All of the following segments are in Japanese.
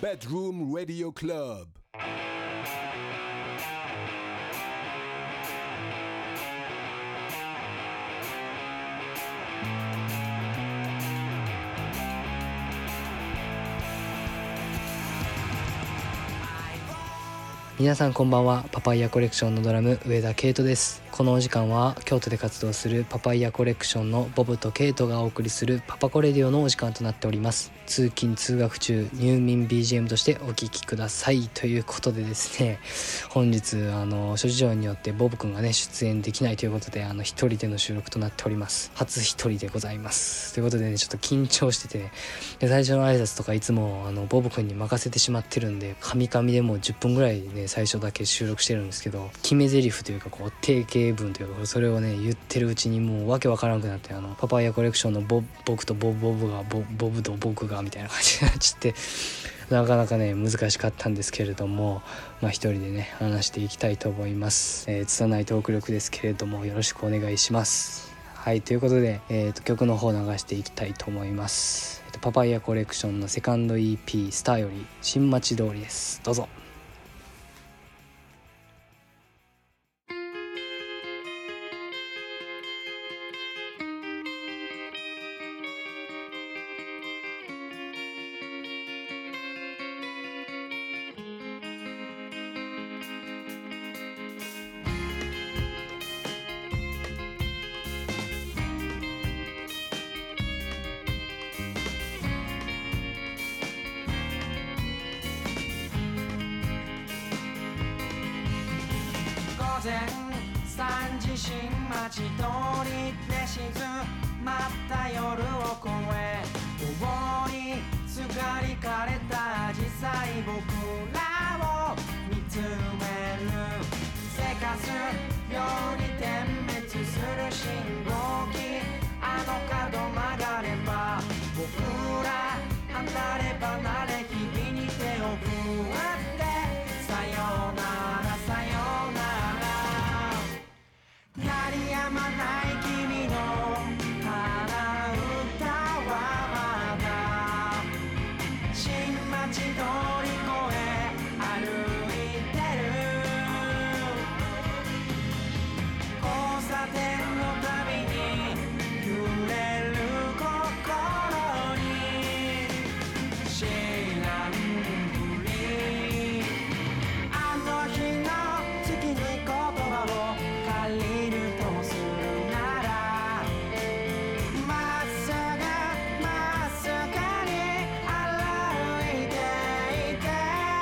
Bedroom Radio Club. 皆さんこんばんは。パパイヤコレクションのドラム上田圭人です。このお時間は京都で活動するパパイヤコレクションのボブとケイトがお送りするパパコレディオのお時間となっております。通勤通学中入眠 BGM としてお聴きくださいということでですね、本日諸事情によってボブくんがね出演できないということで一人での収録となっております。初一人でございますということでね、ちょっと緊張しててね、で最初の挨拶とかいつもボブくんに任せてしまってるんで、カミカミでもう10分ぐらいね最初だけ収録してるんですけど、決め台詞というかこう定型文というかそれをね言ってるうちにもうわけわからなくなって、パパイヤコレクションの僕とボブと僕がみたいな感じになっちゃって、なかなかね難しかったんですけれども、一人でね話していきたいと思います。拙いトーク力ですけれどもよろしくお願いします。はい、ということで、曲の方流していきたいと思います。パパイヤコレクションのセカンド EP スターより新町通りです。どうぞ。 午前3時新町通りで静まった夜を越え、通りすがりかれた紫陽花僕らを見つめる。せかすように点滅する信号機、角曲がれば僕ら離れ離れ日々に手を振ってさようならさようなら、鳴り止まない君の鼻歌はまだ新町通り越え歩いてる。交差点のたびに揺れる心に知らんふり、あの日の月に言葉を借りるとするなら、まっすぐまっすぐに歩いていて。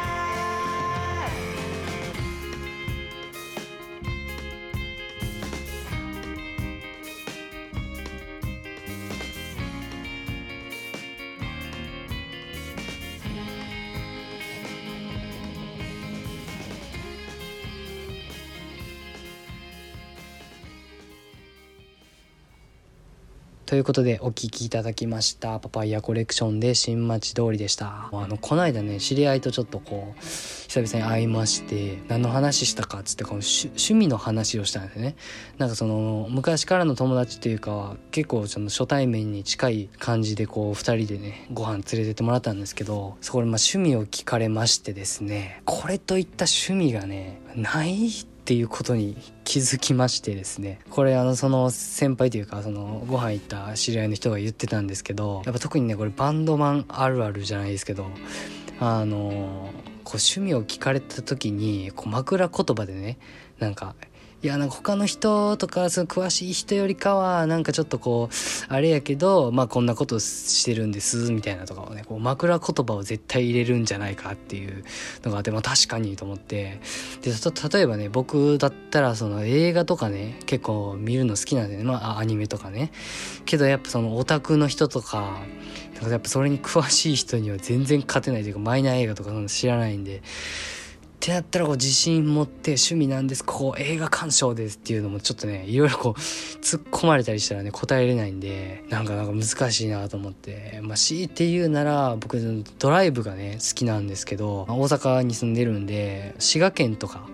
ということでお聴きいただきましたパパイヤコレクションで新町通りでした。この間ね知り合いとちょっとこう久々に会いまして、何の話したかっつってこの趣味の話をしたんですね。なんかその昔からの友達というか結構その初対面に近い感じでこう2人でねご飯連れてってもらったんですけど、そこで趣味を聞かれましてですね、これといった趣味がねないっていうことに気づきましてですね、これその先輩というかそのご飯行った知り合いの人が言ってたんですけど、やっぱ特にねこれバンドマンあるあるじゃないですけど、こう趣味を聞かれた時にこう枕言葉でね、なんか他の人とかその詳しい人よりかはなんかちょっとこうあれやけどこんなことしてるんですみたいなとかをねこう枕言葉を絶対入れるんじゃないかっていうのがあって、確かにと思って、で例えばね僕だったらその映画とかね結構見るの好きなんでね、アニメとかね、けどやっぱそのオタクの人とかやっぱそれに詳しい人には全然勝てないというか、マイナー映画とかそんな知らないんでってなったらこう自信持って趣味なんですこう映画鑑賞ですっていうのもちょっとねいろいろこう突っ込まれたりしたらね答えれないんで、なんか難しいなと思って、強いて言うなら僕ドライブがね好きなんですけど、大阪に住んでるんで滋賀県とか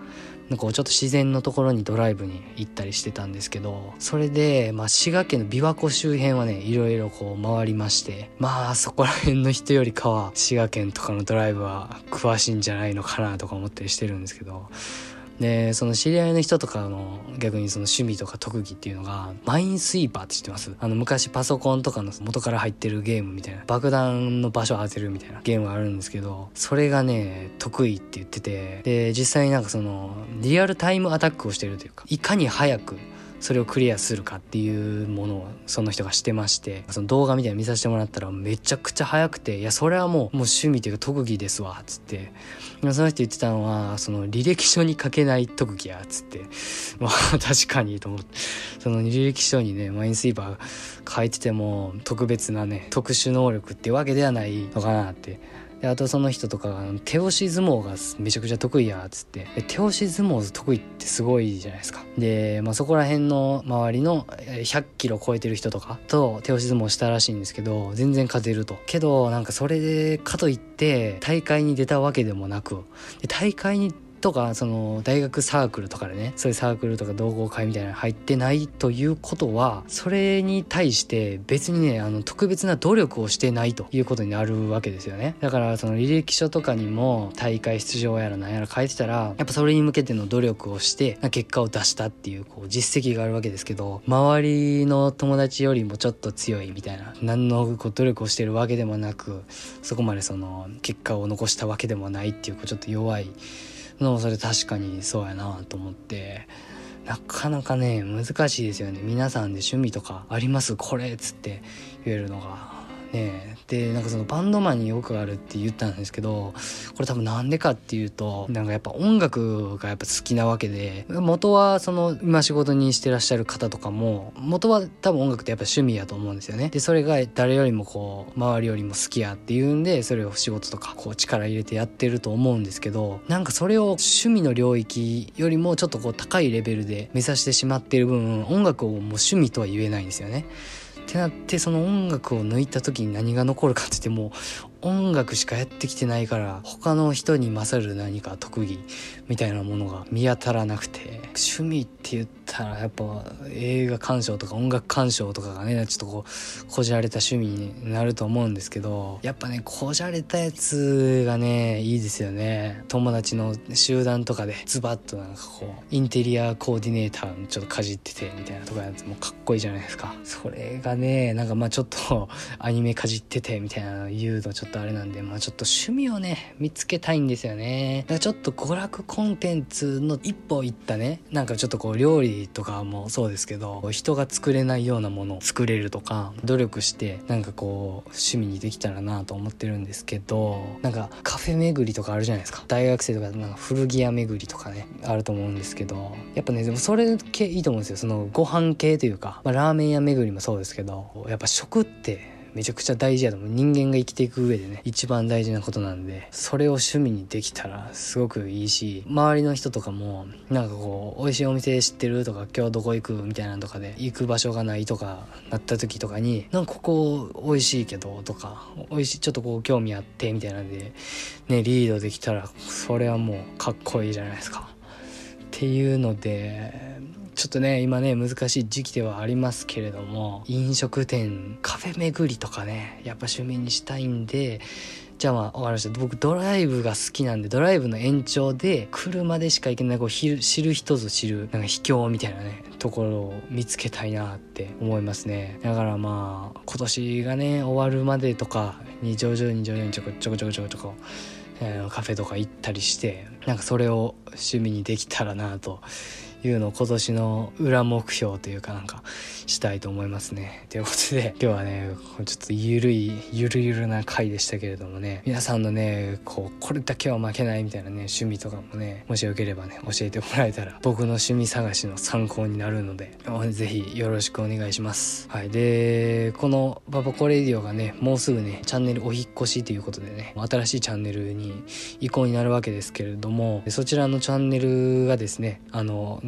なんかちょっと自然のところにドライブに行ったりしてたんですけど、それで滋賀県の琵琶湖周辺はねいろいろこう回りまして、そこら辺の人よりかは滋賀県とかのドライブは詳しいんじゃないのかなとか思ったりしてるんですけど、でその知り合いの人とかの逆にその趣味とか特技っていうのがマインスイーパーって知ってます？昔パソコンとかの元から入ってるゲームみたいな、爆弾の場所を当てるみたいなゲームがあるんですけど、それがね得意って言ってて、で実際になんかそのリアルタイムアタックをしてるというか、いかに早くそれをクリアするかっていうものをその人がしてまして、その動画みたいなの見させてもらったらめちゃくちゃ早くて、いやそれはもう趣味というか特技ですわっつって、その人言ってたのはその履歴書に書けない特技やっつって、確かにと思って、その履歴書にねマインスイーパー書いてても特別なね特殊能力ってわけではないのかなって。であとその人とかが手押し相撲がめちゃくちゃ得意やっつって、手押し相撲得意ってすごいじゃないですか。で、そこら辺の周りの100キロ超えてる人とかと手押し相撲したらしいんですけど、全然勝てると。けどなんかそれでかといって大会に出たわけでもなく、で大会にとかその大学サークルとかでね、そういうサークルとか同好会みたいなの入ってないということは、それに対して別にね特別な努力をしてないということになるわけですよね。だからその履歴書とかにも大会出場やらなんやら書いてたら、やっぱそれに向けての努力をして結果を出したっていう実績があるわけですけど、周りの友達よりもちょっと強いみたいな、何の努力をしてるわけでもなく、そこまでその結果を残したわけでもないっていうちょっと弱いのも、それ確かにそうやなと思って、なかなかね難しいですよね。皆さんで趣味とかありますこれっつって言えるのがね。でなんかそのバンドマンによくあるって言ったんですけど、これ多分なんでかっていうと、なんかやっぱ音楽がやっぱ好きなわけで、元はその今仕事にしてらっしゃる方とかも元は多分音楽ってやっぱ趣味やと思うんですよね。でそれが誰よりも周りよりも好きやっていうんで、それを仕事とか力入れてやってると思うんですけど、なんかそれを趣味の領域よりもちょっと高いレベルで目指してしまっている分、音楽をもう趣味とは言えないんですよね。ってなって、その音楽を抜いた時に何が残るかって言っても、音楽しかやってきてないから他の人に勝る何か特技みたいなものが見当たらなくて、趣味って言ったらやっぱ映画鑑賞とか音楽鑑賞とかがね、ちょっとこじゃれた趣味になると思うんですけど、やっぱねこじゃれたやつがねいいですよね。友達の集団とかでズバッとなんかインテリアコーディネーターちょっとかじっててみたいなとかやつもかっこいいじゃないですか。それがねなんかちょっとアニメかじっててみたいなの言うのちょっとあれなんで、ちょっと趣味をね見つけたいんですよね。だからちょっと娯楽コンテンツの一歩いったね、なんかちょっと料理とかもそうですけど、人が作れないようなものを作れるとか努力してなんか趣味にできたらなと思ってるんですけど、なんかカフェ巡りとかあるじゃないですか。大学生とかなんか古着屋巡りとかねあると思うんですけど、やっぱねでもそれ系いいと思うんですよ。そのご飯系というか、ラーメン屋巡りもそうですけど、やっぱ食ってめちゃくちゃ大事やと思う。人間が生きていく上でね一番大事なことなんで、それを趣味にできたらすごくいいし、周りの人とかもなんか美味しいお店知ってるとか、今日どこ行くみたいなのとかで行く場所がないとかなった時とかに、なんかここ美味しいけどとか、美味しいちょっと興味あってみたいなんでねリードできたら、それはもうかっこいいじゃないですかっていうので、ちょっとね今ね難しい時期ではありますけれども、飲食店カフェ巡りとかねやっぱ趣味にしたいんで、じゃあわかりました。僕ドライブが好きなんで、ドライブの延長で車でしか行けない知る人ぞ知るなんか秘境みたいなねところを見つけたいなって思いますね。だから今年がね終わるまでとかに徐々にちょこカフェとか行ったりして、なんかそれを趣味にできたらなというのを今年の裏目標というかなんかしたいと思いますね。ということで今日はねちょっとゆるな回でしたけれどもね、皆さんのねこれだけは負けないみたいなね趣味とかもねもしよければね教えてもらえたら僕の趣味探しの参考になるので、ぜひよろしくお願いします。はい。でこのパパコレディオがねもうすぐねチャンネルお引っ越しということでね、新しいチャンネルに移行になるわけですけれども、そちらのチャンネルがですね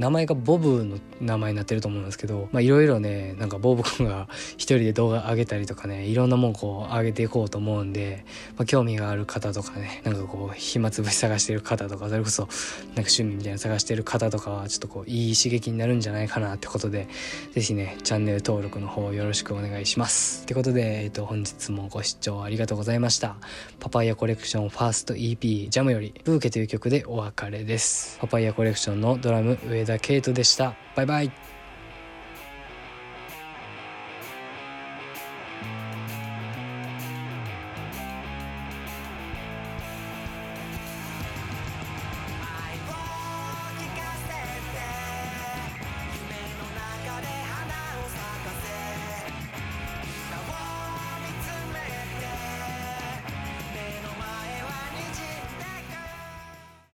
名前がボブの名前になってると思うんですけど、いろいろねなんかボブ君が一人で動画上げたりとかね、いろんなもんこう上げていこうと思うんで、興味がある方とかね、なんかこう暇つぶし探してる方とか、それこそなんか趣味みたいなの探してる方とかはちょっとこういい刺激になるんじゃないかなってことで、ぜひねチャンネル登録の方よろしくお願いしますってことで、本日もご視聴ありがとうございました。パパイヤコレクションファースト EP ジャムよりブーケという曲でお別れです。パパイヤコレクションのドラム上田圭人でした。バイバイ。